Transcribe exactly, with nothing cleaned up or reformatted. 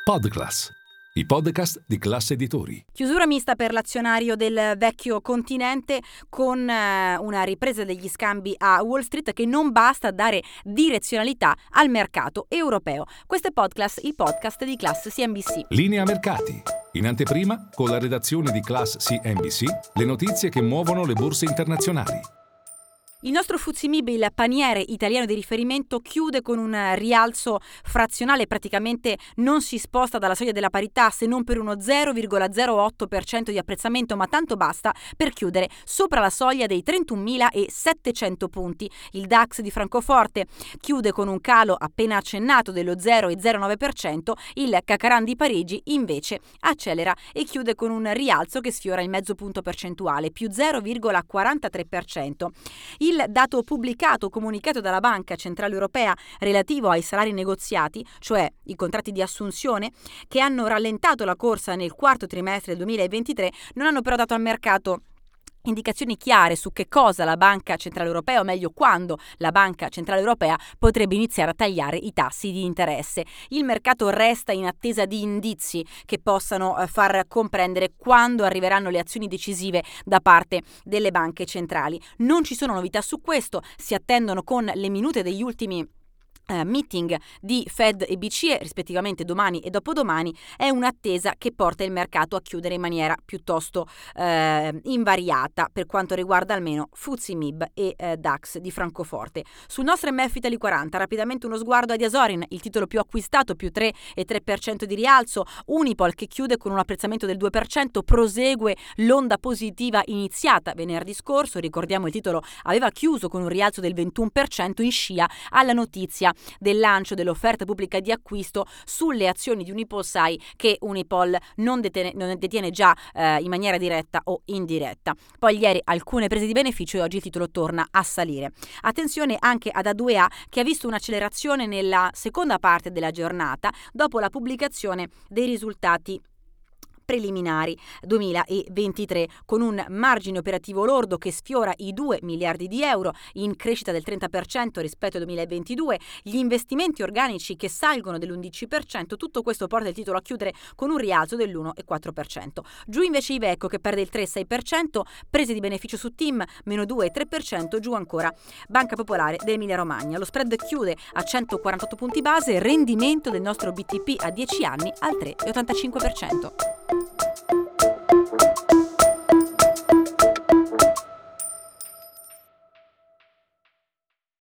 Podclass, i podcast di Class Editori. Chiusura mista per l'azionario del vecchio continente con eh, una ripresa degli scambi a Wall Street che non basta a dare direzionalità al mercato europeo. Questo è Podclass, il podcast di Class C N B C. Linea mercati. In anteprima, con la redazione di Class C N B C, le notizie che muovono le borse internazionali. Il nostro F T S E M I B, il paniere italiano di riferimento, chiude con un rialzo frazionale, praticamente non si sposta dalla soglia della parità se non per uno zero virgola zero otto per cento di apprezzamento, ma tanto basta per chiudere sopra la soglia dei trentunomilasettecento punti. Il DAX di Francoforte chiude con un calo appena accennato dello zero virgola zero nove per cento, il CAC di Parigi invece accelera e chiude con un rialzo che sfiora il mezzo punto percentuale, più zero virgola quarantatré per cento. Il Il dato pubblicato comunicato dalla Banca Centrale Europea relativo ai salari negoziati, cioè i contratti di assunzione, che hanno rallentato la corsa nel quarto trimestre del duemilaventitré, non hanno però dato al mercato indicazioni chiare su che cosa la Banca Centrale Europea, o meglio quando la Banca Centrale Europea potrebbe iniziare a tagliare i tassi di interesse. Il mercato resta in attesa di indizi che possano far comprendere quando arriveranno le azioni decisive da parte delle banche centrali. Non ci sono novità su questo, si attendono con le minute degli ultimi Uh, meeting di Fed e B C E rispettivamente domani e dopodomani. È un'attesa che porta il mercato a chiudere in maniera piuttosto uh, invariata per quanto riguarda almeno F T S E M I B e uh, DAX di Francoforte. Sul nostro M F Italy quaranta rapidamente uno sguardo a Diasorin, il titolo più acquistato, più tre virgola tre per cento di rialzo. Unipol che chiude con un apprezzamento del due per cento, prosegue l'onda positiva iniziata venerdì scorso. Ricordiamo, il titolo aveva chiuso con un rialzo del ventuno per cento in scia alla notizia del lancio dell'offerta pubblica di acquisto sulle azioni di UnipolSai che Unipol non detiene, non detiene già eh, in maniera diretta o indiretta. Poi ieri alcune prese di beneficio e oggi il titolo torna a salire. Attenzione anche ad A due A che ha visto un'accelerazione nella seconda parte della giornata dopo la pubblicazione dei risultati preliminari duemilaventitré, con un margine operativo lordo che sfiora i due miliardi di euro, in crescita del trenta per cento rispetto al duemilaventidue, gli investimenti organici che salgono dell'undici per cento. Tutto questo porta il titolo a chiudere con un rialzo dell'uno virgola quattro per cento. Giù invece Iveco che perde il tre virgola sei per cento, prese di beneficio su T I M meno due virgola tre per cento, giù ancora Banca Popolare dell'Emilia Romagna. Lo spread chiude a centoquarantotto punti base, rendimento del nostro B T P a dieci anni al tre virgola ottantacinque per cento.